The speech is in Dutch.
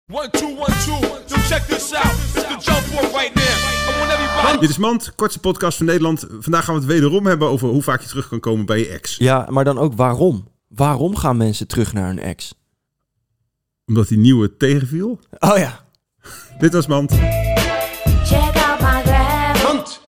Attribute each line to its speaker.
Speaker 1: 1, 2, 1, 2. So check this out. It's the jump off right now. I want everybody...
Speaker 2: Dit is Mand, kortste podcast van Nederland. Vandaag gaan we het wederom hebben over hoe vaak je terug kan komen bij je ex.
Speaker 3: Ja, maar dan ook waarom? Waarom gaan mensen terug naar hun ex?
Speaker 2: Omdat die nieuwe tegenviel.
Speaker 3: Oh ja.
Speaker 2: Dit was Mand.